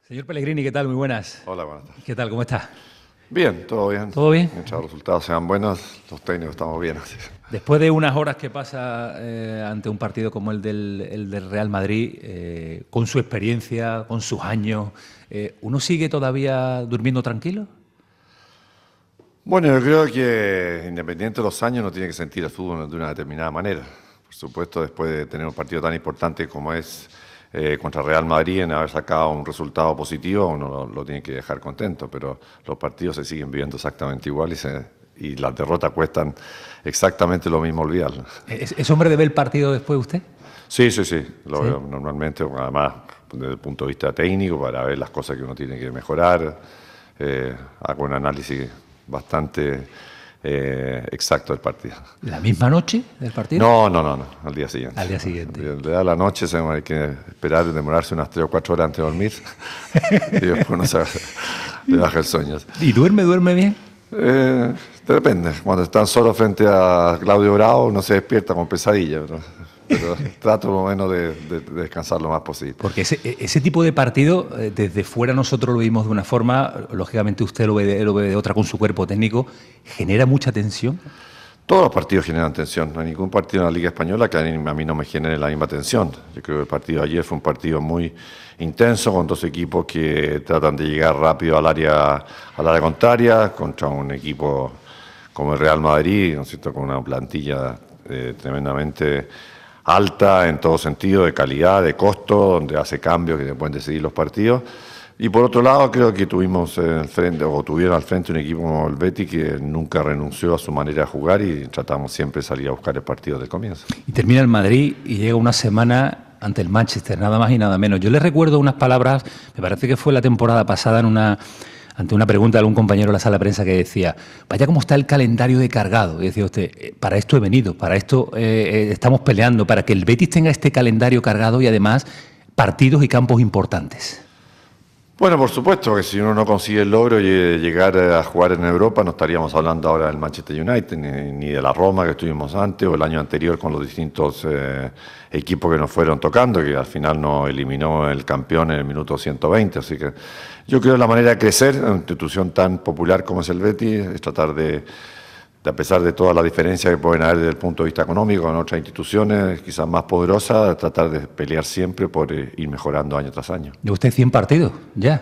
Señor Pellegrini, ¿qué tal? Muy buenas. Hola, buenas tardes. ¿Qué tal? ¿Cómo está? Bien, todo bien. ¿Todo bien? Mientras los resultados sean buenos, los técnicos estamos bien. Así. Después de unas horas que pasa ante un partido como el del Real Madrid, con su experiencia, con sus años, ¿uno sigue todavía durmiendo tranquilo? Bueno, yo creo que independiente de los años, uno tiene que sentir el fútbol de una determinada manera. Por supuesto, después de tener un partido tan importante como es contra Real Madrid, en haber sacado un resultado positivo, uno lo tiene que dejar contento, pero los partidos se siguen viviendo exactamente igual y las derrotas cuestan exactamente lo mismo olvidarlo. ¿Es hombre de ver el partido después usted? Sí. Lo veo normalmente, además, desde el punto de vista técnico, para ver las cosas que uno tiene que mejorar. Hago un análisis bastante exacto del partido. ¿La misma noche del partido? No, al día siguiente. Al día siguiente. En realidad, la noche hay que esperar, demorarse unas 3 o 4 horas antes de dormir y después uno le baja el sueño. ¿Y duerme bien? Depende. Cuando están solo frente a Claudio Bravo, uno se despierta con pesadilla, pero trato por lo menos de descansar lo más posible. Porque ese tipo de partido, desde fuera nosotros lo vimos de una forma, lógicamente usted lo ve de otra con su cuerpo técnico, genera mucha tensión. Todos los partidos generan tensión. No hay ningún partido en la Liga Española que a mí no me genere la misma tensión. Yo creo que el partido de ayer fue un partido muy intenso, con dos equipos que tratan de llegar rápido al área contraria, contra un equipo como el Real Madrid, ¿no es cierto?, con una plantilla tremendamente alta en todo sentido, de calidad, de costo, donde hace cambios que se pueden decidir los partidos. Y por otro lado, creo que tuvieron al frente un equipo como el Betis que nunca renunció a su manera de jugar y tratamos siempre de salir a buscar el partido del comienzo. Y termina el Madrid y llega una semana ante el Manchester, nada más y nada menos. Yo le recuerdo unas palabras, me parece que fue la temporada pasada, ante una pregunta de algún compañero de la sala de prensa que decía, vaya cómo está el calendario de cargado. Y decía usted, para esto he venido, para esto estamos peleando, para que el Betis tenga este calendario cargado y además partidos y campos importantes. Bueno, por supuesto que si uno no consigue el logro de llegar a jugar en Europa, no estaríamos hablando ahora del Manchester United, ni de la Roma que estuvimos antes, o el año anterior con los distintos equipos que nos fueron tocando, que al final nos eliminó el campeón en el minuto 120. Así que yo creo que la manera de crecer en una institución tan popular como es el Betis es tratar de a pesar de todas las diferencias que pueden haber desde el punto de vista económico en otras instituciones quizás más poderosas, tratar de pelear siempre por ir mejorando año tras año. ¿Y usted 100 partidos ya?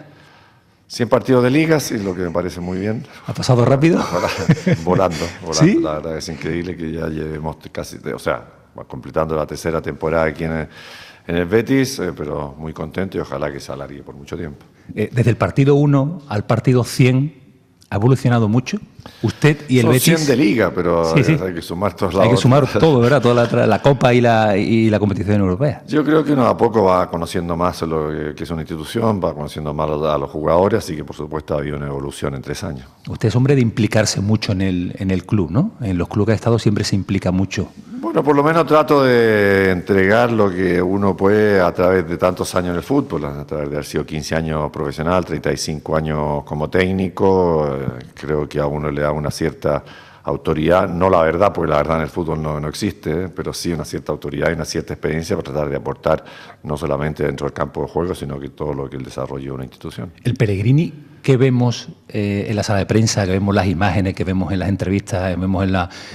100 partidos de liga, sí, lo que me parece muy bien. ¿Ha pasado rápido? Volando. ¿Sí? La verdad es increíble que ya llevemos casi, completando la tercera temporada aquí en el Betis, pero muy contento y ojalá que se alargue por mucho tiempo. Desde el partido 1 al partido 100, ¿ha evolucionado mucho? Usted y el Son Betis. 100 de liga, pero sí. hay que sumar todos lados. Hay que sumar todo, ¿verdad? Toda la Copa y la competición europea. Yo creo que uno a poco va conociendo más lo que es una institución, va conociendo más a los jugadores, así que por supuesto ha habido una evolución en 3 años. Usted es hombre de implicarse mucho en el club, ¿no? En los clubes que ha estado siempre se implica mucho. Bueno, por lo menos trato de entregar lo que uno puede a través de tantos años en el fútbol, a través de haber sido 15 años profesional, 35 años como técnico. Creo que a uno le da una cierta autoridad, no la verdad, porque la verdad en el fútbol no existe, pero sí una cierta autoridad y una cierta experiencia para tratar de aportar no solamente dentro del campo de juego, sino que todo lo que el desarrollo de una institución. El Pellegrini que vemos en la sala de prensa, que vemos las imágenes, que vemos en las entrevistas, que vemos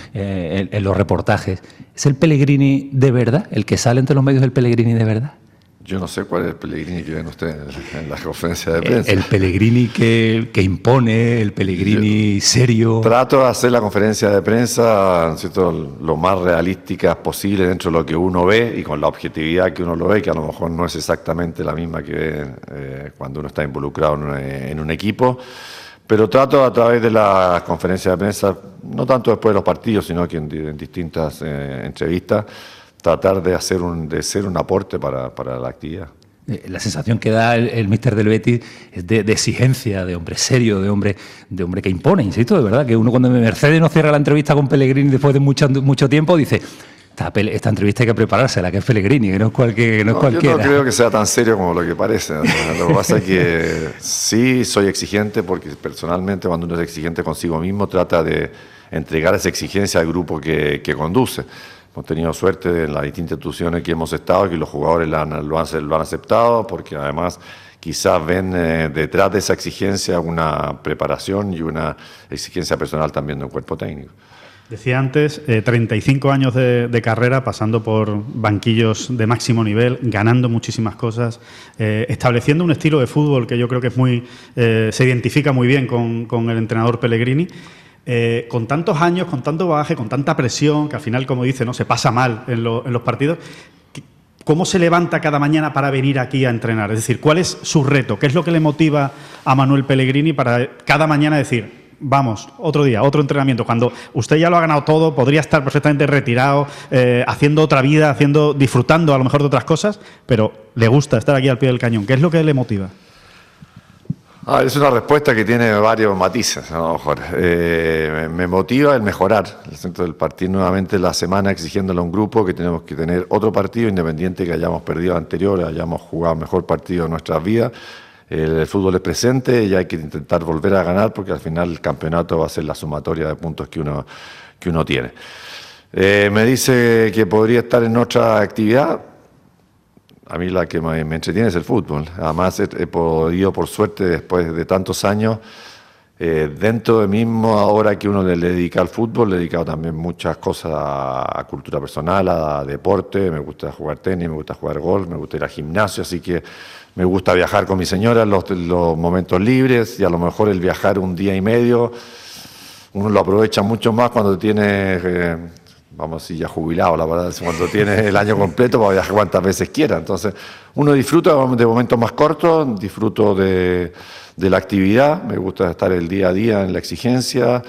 en los reportajes, ¿es el Pellegrini de verdad? ¿El que sale entre los medios del Pellegrini de verdad? Yo no sé cuál es el Pellegrini que ven ustedes en la conferencia de prensa. El Pellegrini que impone, el Pellegrini serio. Trato de hacer la conferencia de prensa, ¿cierto?, lo más realística posible dentro de lo que uno ve y con la objetividad que uno lo ve, que a lo mejor no es exactamente la misma que ve cuando uno está involucrado en un equipo. Pero trato a través de las conferencias de prensa, no tanto después de los partidos, sino que en distintas entrevistas, tratar de ser un aporte para la actividad. La sensación que da el míster del Betis es de exigencia, de hombre serio, de hombre que impone, insisto, de verdad, que uno cuando Mercedes no cierra la entrevista con Pellegrini después de mucho tiempo dice, esta entrevista hay que preparársela, que es Pellegrini, que no es cualquiera. Yo no creo que sea tan serio como lo que parece. Lo que pasa es que sí soy exigente, porque personalmente cuando uno es exigente consigo mismo trata de entregar esa exigencia al grupo que conduce. Hemos tenido suerte en las distintas instituciones que hemos estado, que los jugadores lo han aceptado, porque además quizás ven detrás de esa exigencia una preparación y una exigencia personal también de un cuerpo técnico. Decía antes, 35 años de carrera, pasando por banquillos de máximo nivel, ganando muchísimas cosas, estableciendo un estilo de fútbol que yo creo que es se identifica muy bien con el entrenador Pellegrini. Con tantos años, con tanto bagaje, con tanta presión, que al final, como dice, ¿no?, se pasa mal en los partidos. ¿Cómo se levanta cada mañana para venir aquí a entrenar? Es decir, ¿cuál es su reto? ¿Qué es lo que le motiva a Manuel Pellegrini para cada mañana decir: vamos, otro día, otro entrenamiento, cuando usted ya lo ha ganado todo, podría estar perfectamente retirado, haciendo otra vida, disfrutando a lo mejor de otras cosas, pero le gusta estar aquí al pie del cañón? ¿Qué es lo que le motiva? Es una respuesta que tiene varios matices, a lo mejor. Me motiva el mejorar, el centro del partido nuevamente la semana exigiéndole a un grupo que tenemos que tener otro partido, independiente que hayamos perdido anterior, hayamos jugado mejor partido de nuestras vidas. El fútbol es presente y hay que intentar volver a ganar, porque al final el campeonato va a ser la sumatoria de puntos que uno tiene. Me dice que podría estar en otra actividad. A mí la que me entretiene es el fútbol. Además he podido, por suerte, después de tantos años, dentro de mismo, ahora que uno le dedica al fútbol, le he dedicado también muchas cosas a cultura personal, a deporte. Me gusta jugar tenis, me gusta jugar golf, me gusta ir al gimnasio, así que me gusta viajar con mi señora en los momentos libres, y a lo mejor el viajar un día y medio, uno lo aprovecha mucho más cuando tiene, vamos a decir, ya jubilado, la verdad, cuando tiene el año completo para viajar cuantas veces quiera. Entonces, uno disfruta de momentos más cortos, disfruto de la actividad, me gusta estar el día a día en la exigencia.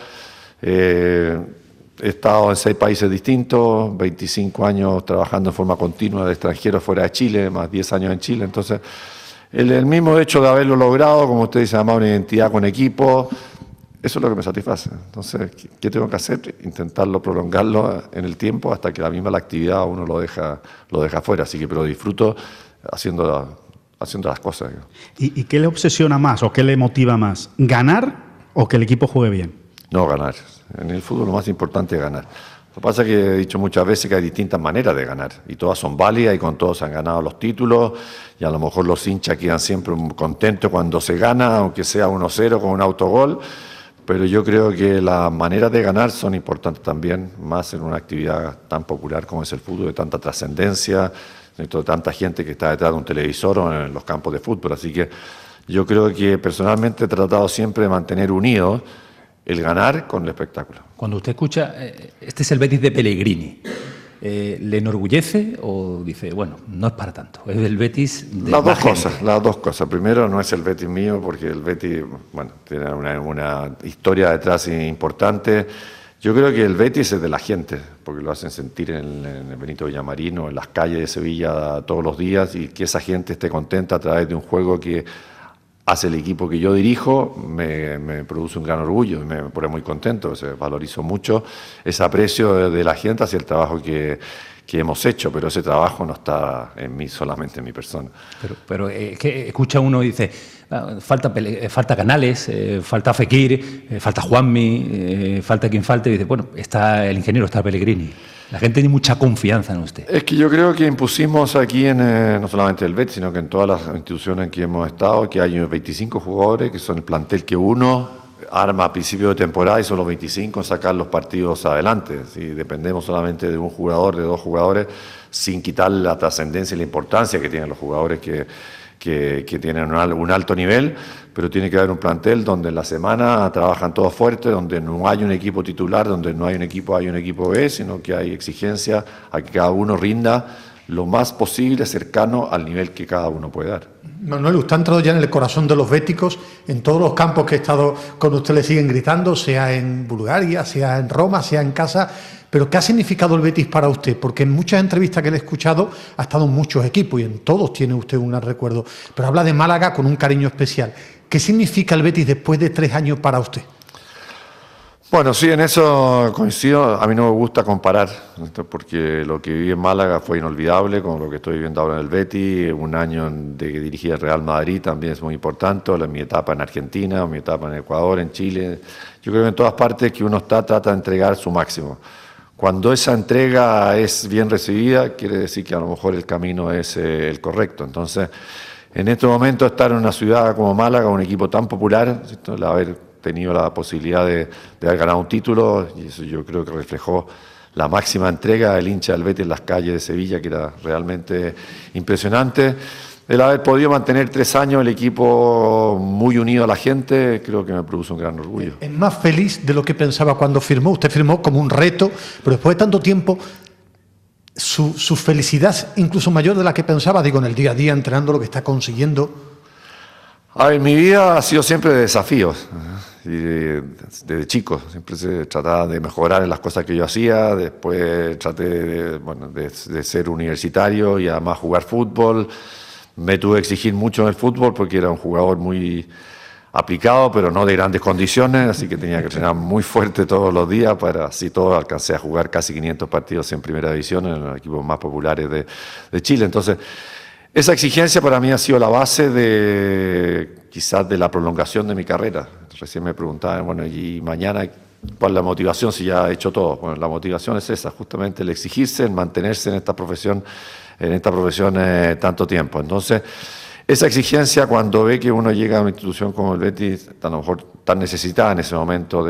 He estado en 6 países distintos, 25 años trabajando en forma continua de extranjero fuera de Chile, más 10 años en Chile. Entonces, el mismo hecho de haberlo logrado, como usted dice, además una identidad con equipo, eso es lo que me satisface. Entonces, ¿qué tengo que hacer? Intentarlo, prolongarlo en el tiempo hasta que la actividad uno lo deja fuera. Así que, pero disfruto haciendo las cosas. ¿Y qué le obsesiona más o qué le motiva más? ¿Ganar o que el equipo juegue bien? No, ganar. En el fútbol lo más importante es ganar. Lo que pasa es que he dicho muchas veces que hay distintas maneras de ganar y todas son válidas y con todos se han ganado los títulos, y a lo mejor los hinchas quedan siempre contentos cuando se gana, aunque sea 1-0 con un autogol, pero yo creo que las maneras de ganar son importantes también, más en una actividad tan popular como es el fútbol, de tanta trascendencia, de tanta gente que está detrás de un televisor o en los campos de fútbol. Así que yo creo que personalmente he tratado siempre de mantener unidos el ganar con el espectáculo. Cuando usted escucha, este es el Betis de Pellegrini, ¿le enorgullece o dice, bueno, no es para tanto, es el Betis de las dos cosas. Primero, no es el Betis mío, porque el Betis, bueno, tiene una historia detrás importante. Yo creo que el Betis es de la gente, porque lo hacen sentir en el Benito Villamarín o en las calles de Sevilla todos los días, y que esa gente esté contenta a través de un juego que hace el equipo que yo dirijo, me produce un gran orgullo y me pone muy contento. O sea, valorizo mucho ese aprecio de la gente hacia el trabajo que hemos hecho, pero ese trabajo no está en mí, solamente en mi persona. Pero es que escucha uno y dice, falta Canales, falta Fekir, falta Juanmi, falta quien falte, y dice, bueno, está el ingeniero, está Pellegrini. La gente tiene mucha confianza en usted. Es que yo creo que impusimos aquí, no solamente el Betis, sino que en todas las instituciones en que hemos estado, que hay 25 jugadores, que son el plantel que uno arma a principio de temporada, y son los 25 en sacar los partidos adelante. Si dependemos solamente de un jugador, de 2 jugadores, sin quitar la trascendencia y la importancia que tienen los jugadores que tienen un alto nivel, pero tiene que haber un plantel donde en la semana trabajan todos fuertes, donde no hay un equipo titular, donde no hay un equipo B, sino que hay exigencia a que cada uno rinda lo más posible cercano al nivel que cada uno puede dar. Manuel, usted ha entrado ya en el corazón de los béticos. En todos los campos que he estado con usted le siguen gritando, sea en Bulgaria, sea en Roma, sea en casa. Pero ¿qué ha significado el Betis para usted? Porque en muchas entrevistas que le he escuchado ha estado en muchos equipos y en todos tiene usted un gran recuerdo. Pero habla de Málaga con un cariño especial. ¿Qué significa el Betis después de 3 años para usted? Bueno, sí, en eso coincido. A mí no me gusta comparar, porque lo que viví en Málaga fue inolvidable con lo que estoy viviendo ahora en el Betis. Un año de que dirigí el Real Madrid también es muy importante, mi etapa en Argentina, mi etapa en Ecuador, en Chile. Yo creo que en todas partes que uno trata de entregar su máximo. Cuando esa entrega es bien recibida, quiere decir que a lo mejor el camino es el correcto. Entonces, en este momento estar en una ciudad como Málaga, un equipo tan popular, ¿cierto? El haber tenido la posibilidad de haber ganado un título, y eso yo creo que reflejó la máxima entrega del hincha del Betis en las calles de Sevilla, que era realmente impresionante. El haber podido mantener 3 años el equipo muy unido a la gente, creo que me produce un gran orgullo. Es más feliz de lo que pensaba cuando firmó. Usted firmó como un reto, pero después de tanto tiempo, su felicidad es incluso mayor de la que pensaba, digo, en el día a día, entrenando, lo que está consiguiendo. A ver, mi vida ha sido siempre de desafíos. Y desde chico siempre se trataba de mejorar en las cosas que yo hacía. Después traté de ser universitario y además jugar fútbol. Me tuve que exigir mucho en el fútbol porque era un jugador muy aplicado, pero no de grandes condiciones, así que tenía que entrenar muy fuerte todos los días para así todo. Alcancé a jugar casi 500 partidos en primera división en los equipos más populares de Chile. Entonces, esa exigencia para mí ha sido la base quizás de la prolongación de mi carrera. Recién me preguntaban, bueno, y mañana, ¿cuál es la motivación si ya he hecho todo? Bueno, la motivación es esa, justamente el exigirse, el mantenerse en esta profesión tanto tiempo. Entonces, esa exigencia, cuando ve que uno llega a una institución como el Betis, a lo mejor tan necesitada en ese momento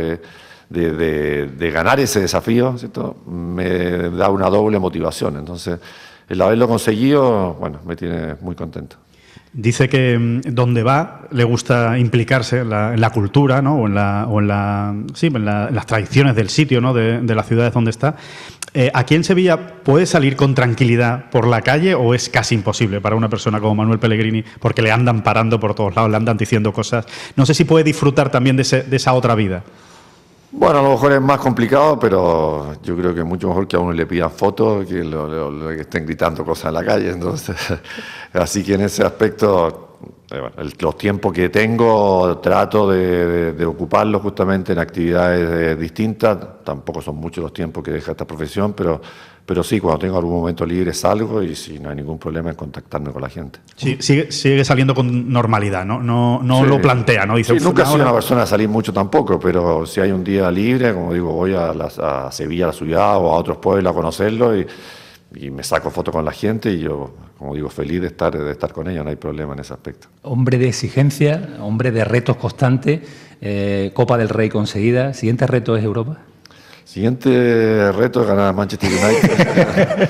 de ganar ese desafío, ¿cierto? Me da una doble motivación. Entonces, el haberlo conseguido, bueno, me tiene muy contento. Dice que donde va le gusta implicarse en la cultura, ¿no? o en las tradiciones del sitio, ¿no? de las ciudades donde está. ¿Aquí en Sevilla puede salir con tranquilidad por la calle o es casi imposible para una persona como Manuel Pellegrini porque le andan parando por todos lados, le andan diciendo cosas? No sé si puede disfrutar también de esa otra vida. Bueno, a lo mejor es más complicado, pero yo creo que es mucho mejor que a uno le pidan fotos que que estén gritando cosas en la calle. Entonces, así que en ese aspecto, los tiempos que tengo trato de ocuparlos justamente en actividades distintas. Tampoco son muchos los tiempos que deja esta profesión, pero sí, cuando tengo algún momento libre salgo y sí, no hay ningún problema en contactarme con la gente. Sí, sigue saliendo con normalidad, no sí, lo plantea, ¿no? Dice, sí, nunca he sido una persona a salir mucho tampoco, pero si hay un día libre, como digo, voy a Sevilla, a la ciudad, o a otros pueblos a conocerlo y me saco fotos con la gente y yo, como digo, feliz de estar con ellos, no hay problema en ese aspecto. Hombre de exigencia, hombre de retos constantes, Copa del Rey conseguida. ¿Siguiente reto es Europa? Siguiente reto es ganar a Manchester United.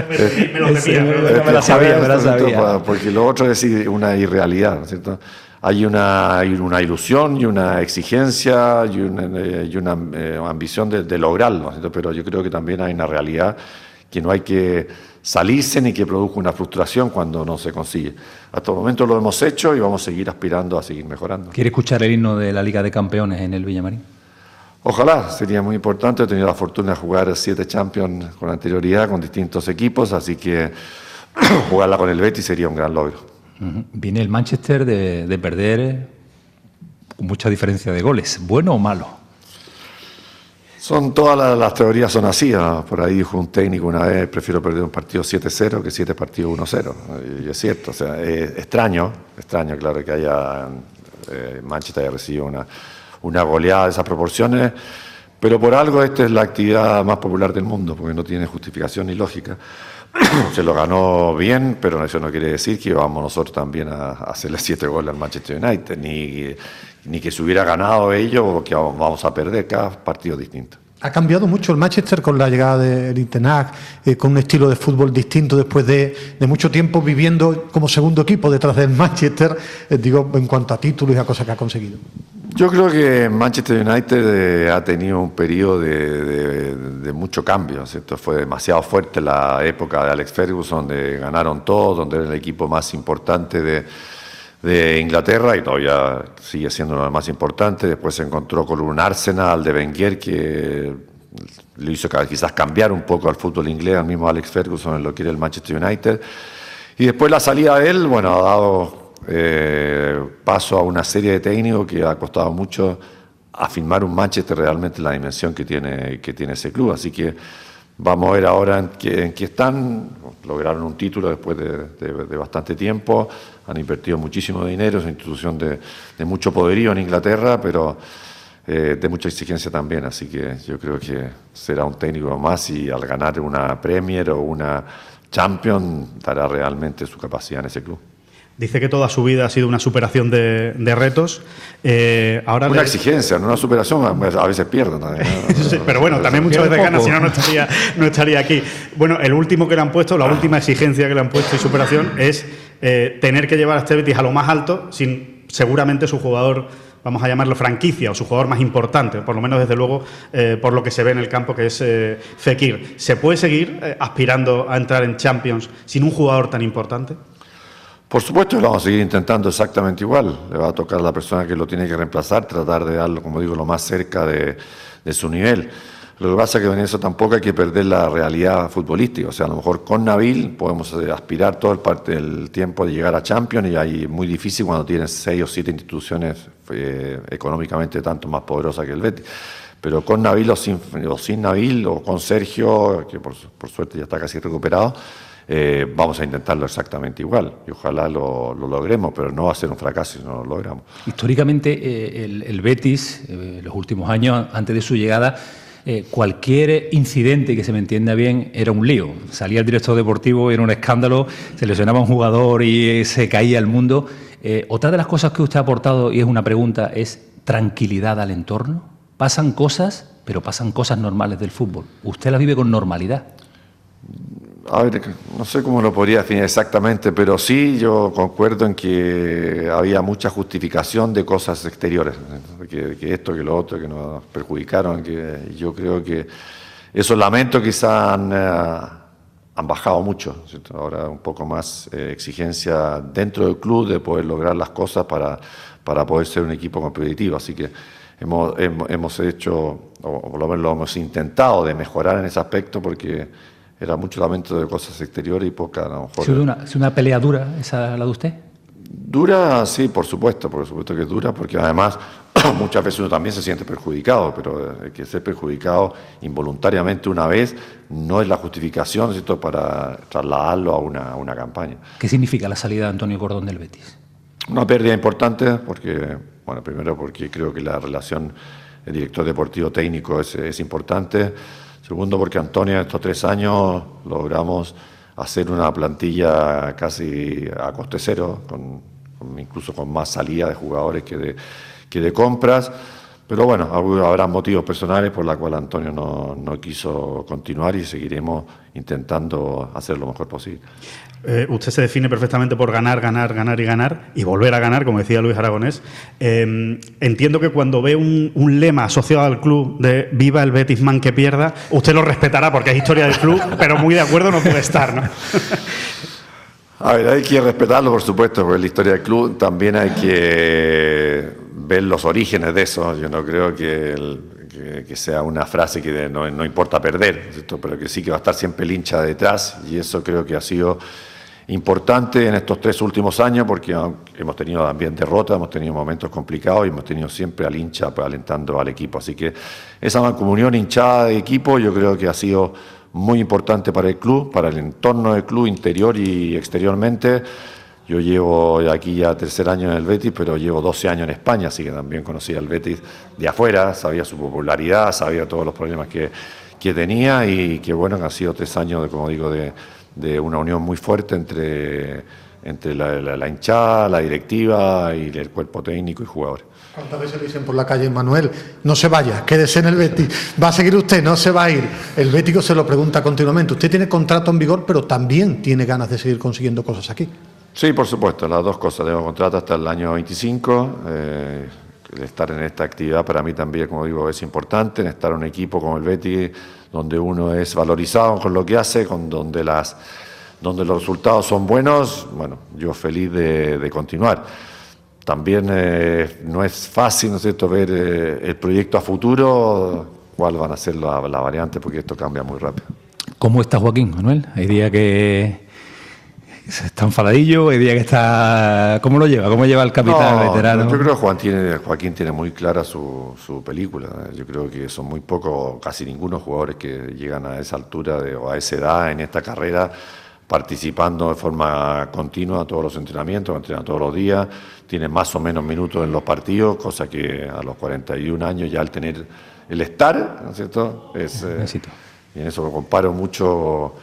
Me la sabía. Porque lo otro es una irrealidad, ¿no es cierto? Hay una ilusión y una exigencia y una ambición de lograrlo, ¿no es cierto? Pero yo creo que también hay una realidad que no hay que salirse ni que produzca una frustración cuando no se consigue. Hasta el momento lo hemos hecho y vamos a seguir aspirando a seguir mejorando. ¿Quiere escuchar el himno de la Liga de Campeones en el Villamarín? Ojalá, sería muy importante. He tenido la fortuna de jugar 7 Champions con anterioridad con distintos equipos, así que jugarla con el Betis sería un gran logro. Viene el Manchester de perder con mucha diferencia de goles. ¿Bueno o malo? Todas las teorías son así, ¿no? Por ahí dijo un técnico una vez, prefiero perder un partido 7-0 que 7 partidos 1-0. Y es cierto, o sea, es extraño, claro, que haya Manchester haya recibido una goleada de esas proporciones, pero por algo esta es la actividad más popular del mundo, porque no tiene justificación ni lógica. Se lo ganó bien, pero eso no quiere decir que vamos nosotros también a hacerle 7 goles al Manchester United, ni que se hubiera ganado ellos o que vamos a perder, cada partido distinto. Ha cambiado mucho el Manchester con la llegada de Erik ten Hag, con un estilo de fútbol distinto después de mucho tiempo viviendo como segundo equipo detrás del Manchester, digo, en cuanto a títulos y a cosas que ha conseguido. Yo creo que Manchester United ha tenido un periodo de mucho cambio, ¿cierto? Fue demasiado fuerte la época de Alex Ferguson, donde ganaron todos, donde era el equipo más importante de Inglaterra y todavía sigue siendo lo más importante. Después se encontró con un Arsenal de Wenger que le hizo quizás cambiar un poco al fútbol inglés, al mismo Alex Ferguson en lo que era el Manchester United. Y después la salida de él, bueno, ha dado paso a una serie de técnicos que ha costado mucho afirmar un Manchester realmente la dimensión que tiene ese club. Así que vamos a ver ahora en qué están. Lograron un título después de bastante tiempo, han invertido muchísimo dinero, es una institución de mucho poderío en Inglaterra, pero de mucha exigencia también, así que yo creo que será un técnico más y al ganar una Premier o una Champions dará realmente su capacidad en ese club. Dice que toda su vida ha sido una superación de retos. Ahora una exigencia, no una superación, a veces pierdo también, ¿no? Sí, pero bueno, también muchas veces gana, si no, no estaría aquí. Bueno, el último que le han puesto, la última exigencia que le han puesto y superación es tener que llevar a este Betis a lo más alto sin seguramente su jugador, vamos a llamarlo franquicia, o su jugador más importante, por lo menos desde luego por lo que se ve en el campo, que es Fekir. ¿Se puede seguir aspirando a entrar en Champions sin un jugador tan importante? Por supuesto que lo vamos a seguir intentando exactamente igual. Le va a tocar a la persona que lo tiene que reemplazar, tratar de darlo, como digo, lo más cerca de su nivel. Lo que pasa es que en eso tampoco hay que perder la realidad futbolística. O sea, a lo mejor con Nabil podemos aspirar todo el tiempo de llegar a Champions, y ahí es muy difícil cuando tienes 6 o 7 instituciones económicamente tanto más poderosas que el Betis. Pero con Nabil o sin Nabil, o con Sergio, que por suerte ya está casi recuperado, vamos a intentarlo exactamente igual, y ojalá lo logremos, pero no va a ser un fracaso si no lo logramos. Históricamente el Betis, los últimos años antes de su llegada, cualquier incidente que se me entienda bien era un lío. Salía el director deportivo, era un escándalo, se lesionaba un jugador y se caía el mundo. Otra de las cosas que usted ha aportado, y es una pregunta, es tranquilidad al entorno. Pasan cosas, pero pasan cosas normales del fútbol. ¿Usted las vive con normalidad? A ver, no sé cómo lo podría definir exactamente, pero sí yo concuerdo en que había mucha justificación de cosas exteriores, que esto, que lo otro, que nos perjudicaron, que yo creo que esos lamentos quizás han bajado mucho, ¿cierto? Ahora un poco más exigencia dentro del club de poder lograr las cosas para poder ser un equipo competitivo, así que hemos hecho, o por lo menos lo hemos intentado de mejorar en ese aspecto, porque era mucho lamento de cosas exteriores y poca, a lo mejor. ¿Es una pelea dura esa la de usted? Dura, sí, por supuesto que es dura, porque además muchas veces uno también se siente perjudicado, pero que ser perjudicado involuntariamente una vez no es la justificación, ¿cierto?, para trasladarlo a una campaña. ¿Qué significa la salida de Antonio Cordón del Betis? Una pérdida importante, porque, bueno, primero porque creo que la relación el director deportivo técnico es importante. Segundo, porque Antonio, en estos 3 años logramos hacer una plantilla casi a coste cero, incluso con más salida de jugadores que de compras. Pero bueno, habrá motivos personales por los cuales Antonio no quiso continuar, y seguiremos intentando hacer lo mejor posible. Usted se define perfectamente por ganar, ganar, ganar y ganar, y volver a ganar, como decía Luis Aragonés. Entiendo que cuando ve un lema asociado al club de "Viva el Betisman que pierda", usted lo respetará porque es historia del club, pero muy de acuerdo no puede estar, ¿no? A ver, hay que respetarlo, por supuesto, porque es la historia del club. También hay que ver los orígenes de eso. Yo no creo que sea una frase que no importa perder, ¿cierto?, pero que sí que va a estar siempre el hincha detrás, y eso creo que ha sido importante en estos 3 últimos años, porque hemos tenido también derrotas, hemos tenido momentos complicados y hemos tenido siempre al hincha alentando al equipo. Así que esa mancomunión hinchada de equipo yo creo que ha sido muy importante para el club, para el entorno del club, interior y exteriormente. Yo llevo aquí ya 3er año en el Betis, pero llevo 12 años en España, así que también conocía al Betis de afuera, sabía su popularidad, sabía todos los problemas que tenía, y que bueno, han sido 3 años, como digo, de una unión muy fuerte entre la hinchada, la directiva y el cuerpo técnico y jugadores. ¿Cuántas veces le dicen por la calle: Manuel, no se vaya, quédese en el Betis, va a seguir usted, no se va a ir? El bético se lo pregunta continuamente. Usted tiene contrato en vigor, pero también tiene ganas de seguir consiguiendo cosas aquí. Sí, por supuesto, las dos cosas. Tengo contrato hasta el año 25. El estar en esta actividad para mí también, como digo, es importante. En estar en un equipo como el Betis, donde uno es valorizado con lo que hace, donde los resultados son buenos, bueno, yo feliz de continuar. También no es fácil, ¿no es cierto?, ver el proyecto a futuro, cuál van a ser la variante, porque esto cambia muy rápido. ¿Cómo está Joaquín, Manuel? Hay días que está enfadadillo, hay días que está... ¿Cómo lo lleva? ¿Cómo lleva el capitán veterano? Yo creo que Joaquín tiene muy clara su película. Yo creo que son muy pocos, casi ninguno jugadores que llegan a esa altura o a esa edad en esta carrera, participando de forma continua a todos los entrenamientos, entrenan todos los días, tienen más o menos minutos en los partidos, cosa que a los 41 años ya al tener el estar, ¿no es cierto? Y en eso lo comparo mucho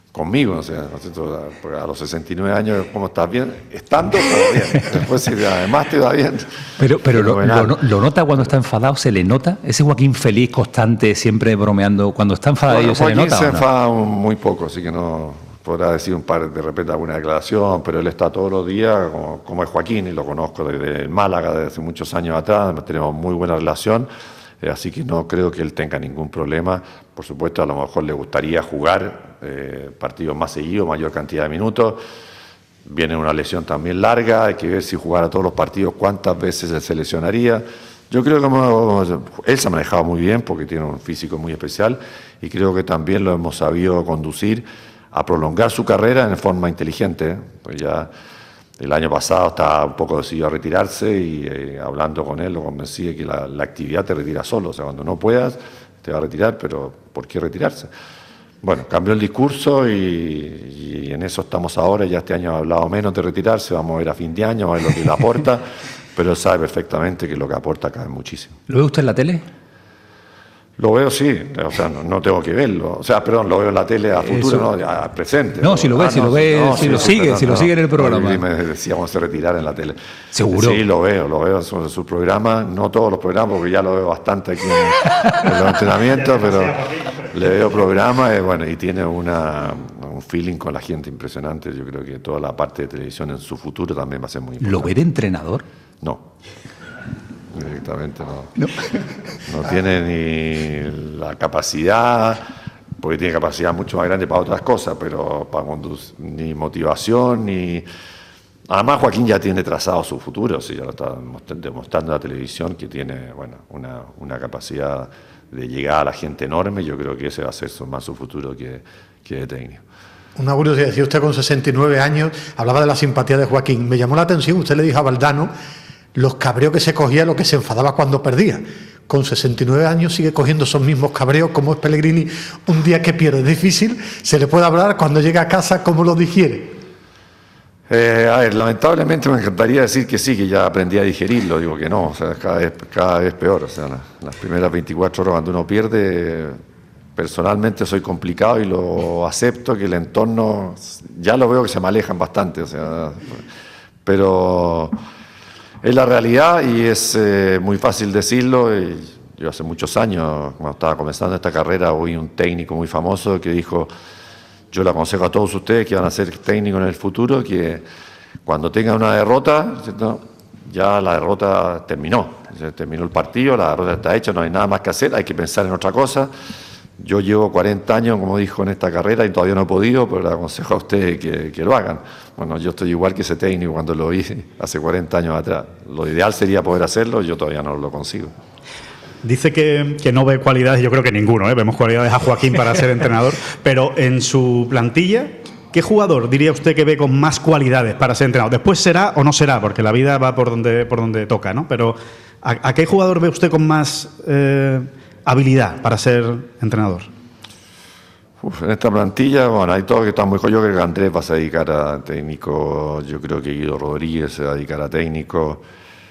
conmigo, o sea, ¿no es cierto? Porque a los 69 años, ¿cómo estás bien? Estando, todo bien. Después, si además te va bien. Pero lo nota cuando está enfadado, ¿se le nota? Ese Joaquín feliz, constante, siempre bromeando, cuando está enfadado, Bueno, ¿se le nota? Se ¿O no? enfada muy poco, así que no podrá decir un par de repente alguna declaración, pero él está todos los días, como es Joaquín, y lo conozco desde el Málaga, desde hace muchos años atrás, tenemos muy buena relación. Así que no creo que él tenga ningún problema. Por supuesto, a lo mejor le gustaría jugar partidos más seguidos, mayor cantidad de minutos. Viene una lesión también larga, hay que ver si jugara todos los partidos, cuántas veces se lesionaría. Yo creo que él se ha manejado muy bien porque tiene un físico muy especial y creo que también lo hemos sabido conducir a prolongar su carrera en forma inteligente. Pues ya el año pasado estaba un poco decidido a retirarse y hablando con él lo convencí de que la actividad te retira solo. O sea, cuando no puedas te va a retirar, pero ¿por qué retirarse? Bueno, cambió el discurso y en eso estamos ahora. Ya este año ha hablado menos de retirarse, vamos a ver a fin de año, vamos a ver lo que le aporta, pero él sabe perfectamente que lo que aporta acá es muchísimo. ¿Lo ve usted en la tele? Lo veo, sí, o sea, no tengo que verlo. O sea, perdón, lo veo en la tele a futuro, no, a presente. No, si lo ve, si lo sigue en el programa. Me decíamos de retirar en la tele. ¿Seguro? Sí, lo veo en su programa, no todos los programas, porque ya lo veo bastante aquí en los entrenamientos, pero le veo programa y tiene un feeling con la gente impresionante. Yo creo que toda la parte de televisión en su futuro también va a ser muy importante. ¿Lo ve de entrenador? No. Directamente no tiene ni la capacidad, porque tiene capacidad mucho más grande para otras cosas, pero para ni motivación, ni... Además Joaquín ya tiene trazado su futuro, ya lo está demostrando en la televisión, que tiene una capacidad de llegar a la gente enorme. Yo creo que ese va a ser más su futuro que de técnico. Una curiosidad, decía usted con 69 años, hablaba de la simpatía de Joaquín. Me llamó la atención, usted le dijo a Valdano los cabreos que se cogía, lo que se enfadaba cuando perdía. Con 69 años sigue cogiendo esos mismos cabreos, como es Pellegrini. Un día que pierde es difícil, se le puede hablar cuando llega a casa, ¿cómo lo digiere? A ver, lamentablemente me encantaría decir que sí, que ya aprendí a digerirlo, digo que no, o sea, cada vez peor. O sea, las primeras 24 horas cuando uno pierde, personalmente soy complicado y lo acepto, que el entorno, ya lo veo que se me alejan bastante, o sea, pero... Es la realidad y es muy fácil decirlo. Yo hace muchos años, cuando estaba comenzando esta carrera, oí un técnico muy famoso que dijo, yo le aconsejo a todos ustedes que van a ser técnicos en el futuro, que cuando tengan una derrota, ¿cierto? Ya la derrota terminó el partido, la derrota está hecha, no hay nada más que hacer, hay que pensar en otra cosa. Yo llevo 40 años, como dijo, en esta carrera y todavía no he podido, pero le aconsejo a ustedes que lo hagan. Bueno, yo estoy igual que ese técnico cuando lo vi hace 40 años atrás. Lo ideal sería poder hacerlo, yo todavía no lo consigo. Dice que no ve cualidades, yo creo que ninguno, vemos cualidades a Joaquín para ser entrenador, pero en su plantilla, ¿qué jugador diría usted que ve con más cualidades para ser entrenador? Después será o no será, porque la vida va por donde toca, ¿no? Pero ¿a qué jugador ve usted con más habilidad para ser entrenador? En esta plantilla, hay todos que están muy jóvenes. Yo creo que Andrés va a dedicar a técnico, yo creo que Guido Rodríguez se va a dedicar a técnico,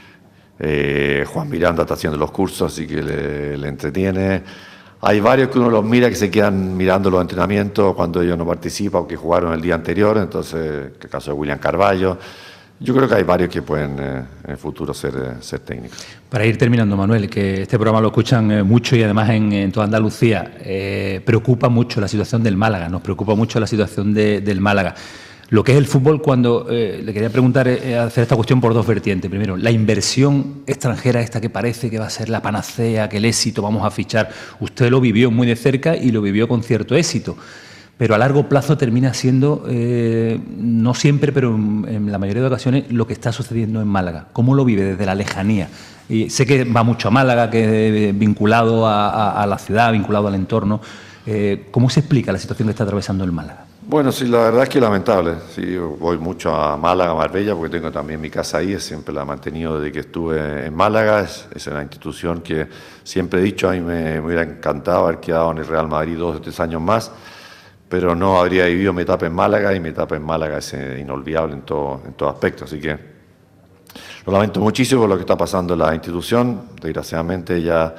Juan Miranda está haciendo los cursos, así que le entretiene. Hay varios que uno los mira que se quedan mirando los entrenamientos cuando ellos no participan o que jugaron el día anterior, entonces, el caso de William Carballo. Yo creo que hay varios que pueden en el futuro ser técnicos. Para ir terminando, Manuel, que este programa lo escuchan mucho y además en toda Andalucía, preocupa mucho la situación del Málaga, nos preocupa mucho la situación del Málaga. Lo que es el fútbol, cuando le quería preguntar, hacer esta cuestión por dos vertientes. Primero, la inversión extranjera esta que parece que va a ser la panacea, que el éxito, vamos a fichar. Usted lo vivió muy de cerca y lo vivió con cierto éxito. Pero a largo plazo termina siendo, no siempre, pero en la mayoría de ocasiones, lo que está sucediendo en Málaga. ¿Cómo lo vive desde la lejanía? Y sé que va mucho a Málaga, que es vinculado a la ciudad, vinculado al entorno. ¿Cómo se explica la situación que está atravesando el Málaga? Bueno, sí, la verdad es que es lamentable. Sí, yo voy mucho a Málaga, Marbella, porque tengo también mi casa ahí, siempre la he mantenido desde que estuve en Málaga. Es una institución que siempre he dicho, a mí me hubiera encantado haber quedado en el Real Madrid 2 o 3 años más, pero no habría vivido mi etapa en Málaga, y mi etapa en Málaga es inolvidable en todo aspecto. Así que lo lamento muchísimo por lo que está pasando en la institución. Desgraciadamente ya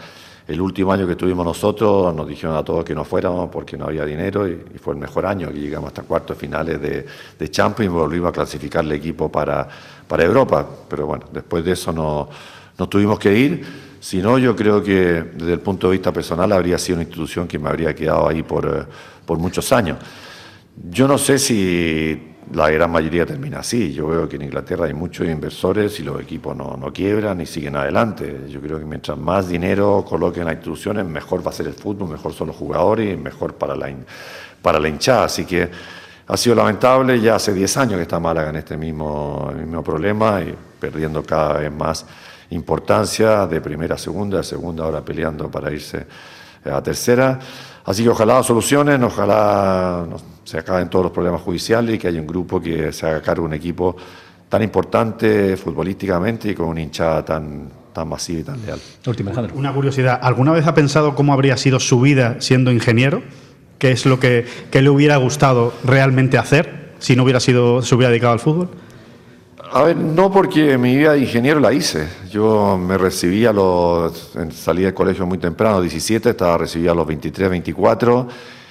el último año que estuvimos nosotros nos dijeron a todos que no fuéramos porque no había dinero y fue el mejor año, que llegamos hasta cuartos finales de Champions y volvimos a clasificar el equipo para Europa. Pero bueno, después de eso nos tuvimos que ir. Si no, yo creo que desde el punto de vista personal habría sido una institución que me habría quedado ahí por muchos años. Yo no sé si la gran mayoría termina así. Yo veo que en Inglaterra hay muchos inversores y los equipos no quiebran y siguen adelante. Yo creo que mientras más dinero coloquen las instituciones, mejor va a ser el fútbol, mejor son los jugadores y mejor para la hinchada. Así que ha sido lamentable, ya hace 10 años que está Málaga en este mismo problema y perdiendo cada vez más importancia de primera a segunda, de segunda ahora peleando para irse a tercera. Así que ojalá solucionen, ojalá se acaben todos los problemas judiciales y que haya un grupo que se haga cargo de un equipo tan importante futbolísticamente y con una hinchada tan masiva y tan leal. Última, Alejandro. Una curiosidad, ¿alguna vez ha pensado cómo habría sido su vida siendo ingeniero? ¿Qué es lo que le hubiera gustado realmente hacer si no hubiera se hubiera dedicado al fútbol? A ver, no, porque mi vida de ingeniero la hice. Yo me recibí salí del colegio muy temprano, 17, recibí a los 23, 24,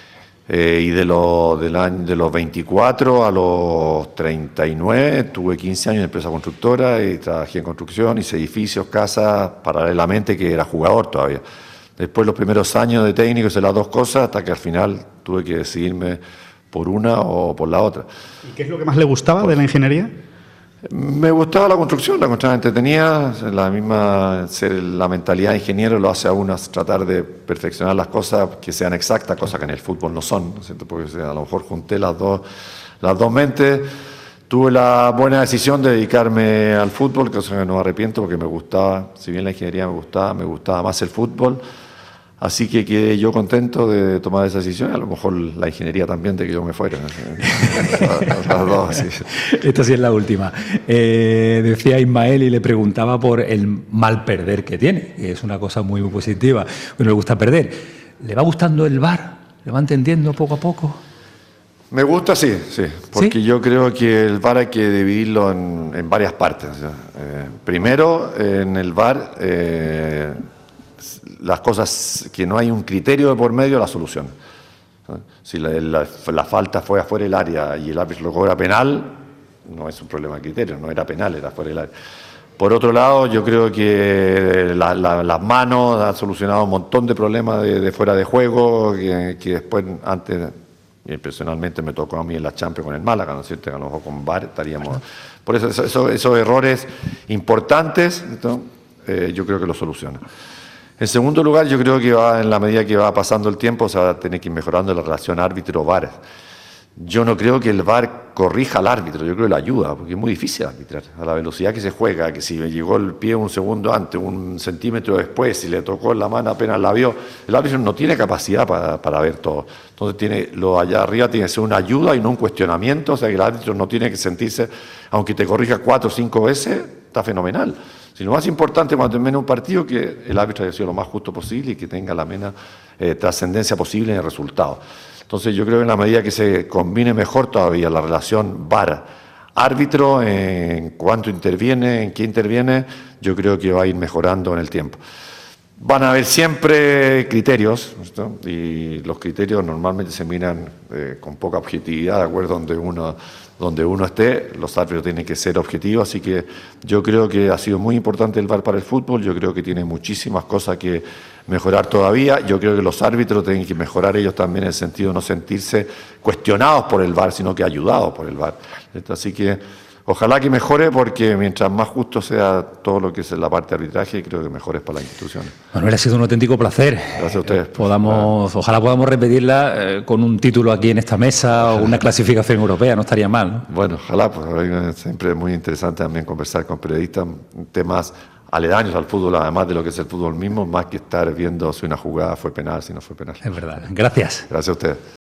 y de los 24 a los 39 tuve 15 años en empresa constructora y trabajé en construcción, hice edificios, casas, paralelamente que era jugador todavía. Después los primeros años de técnico hice las dos cosas hasta que al final tuve que decidirme por una o por la otra. ¿Y qué es lo que más le gustaba de la ingeniería? Me gustaba la construcción entretenida, la mentalidad de ingeniero lo hace a uno tratar de perfeccionar las cosas que sean exactas, cosas que en el fútbol no son, ¿no? Porque a lo mejor junté las dos mentes. Tuve la buena decisión de dedicarme al fútbol, cosa que no me arrepiento porque me gustaba, si bien la ingeniería me gustaba más el fútbol. Así que quedé yo contento de tomar esa decisión, a lo mejor la ingeniería también de que yo me fuera. Las dos, sí. Esta sí es la última. Decía Ismael y le preguntaba por el mal perder que tiene, que es una cosa muy positiva. Bueno, le gusta perder. ¿Le va gustando el VAR? ¿Le va entendiendo poco a poco? Me gusta, sí, porque ¿sí? Yo creo que el VAR hay que dividirlo en varias partes. Primero, en el VAR... las cosas que no hay un criterio de por medio, la solución. Si la falta fue afuera del área y el árbitro lo cobra penal, no es un problema de criterio, no era penal, era fuera del área. Por otro lado, yo creo que las manos han solucionado un montón de problemas de fuera de juego, que después, antes, personalmente me tocó a mí en la Champions con el Málaga, ¿no es cierto? Que a lo mejor con VAR estaríamos... Por eso esos errores importantes, ¿no? Yo creo que los solucionan. En segundo lugar, yo creo que en la medida que va pasando el tiempo se va a tener que ir mejorando la relación árbitro-VAR. Yo no creo que el VAR corrija al árbitro, yo creo que le ayuda, porque es muy difícil arbitrar. A la velocidad que se juega, que si me llegó el pie un segundo antes, un centímetro después, si le tocó en la mano apenas la vio, el árbitro no tiene capacidad para ver todo. Entonces lo allá arriba tiene que ser una ayuda y no un cuestionamiento, o sea que el árbitro no tiene que sentirse, aunque te corrija 4 o 5 veces, está fenomenal. Si lo más importante cuando termine un partido que el árbitro haya sido lo más justo posible y que tenga la menos trascendencia posible en el resultado. Entonces yo creo que en la medida que se combine mejor todavía la relación VAR-árbitro, en cuánto interviene, en qué interviene, yo creo que va a ir mejorando en el tiempo. Van a haber siempre criterios, ¿no? Y los criterios normalmente se miran con poca objetividad, de acuerdo donde uno esté, los árbitros tienen que ser objetivos, así que yo creo que ha sido muy importante el VAR para el fútbol, yo creo que tiene muchísimas cosas que mejorar todavía, yo creo que los árbitros tienen que mejorar ellos también en el sentido de no sentirse cuestionados por el VAR, sino que ayudados por el VAR. Así que ojalá que mejore, porque mientras más justo sea todo lo que es la parte de arbitraje, creo que mejor es para las instituciones. Manuel, ha sido un auténtico placer. Gracias a ustedes. Ojalá podamos repetirla con un título aquí en esta mesa o una clasificación europea, no estaría mal, ¿no? Bueno, ojalá, pues siempre es muy interesante también conversar con periodistas, temas aledaños al fútbol, además de lo que es el fútbol mismo, más que estar viendo si una jugada fue penal, si no fue penal. Es verdad. Gracias. Gracias a ustedes.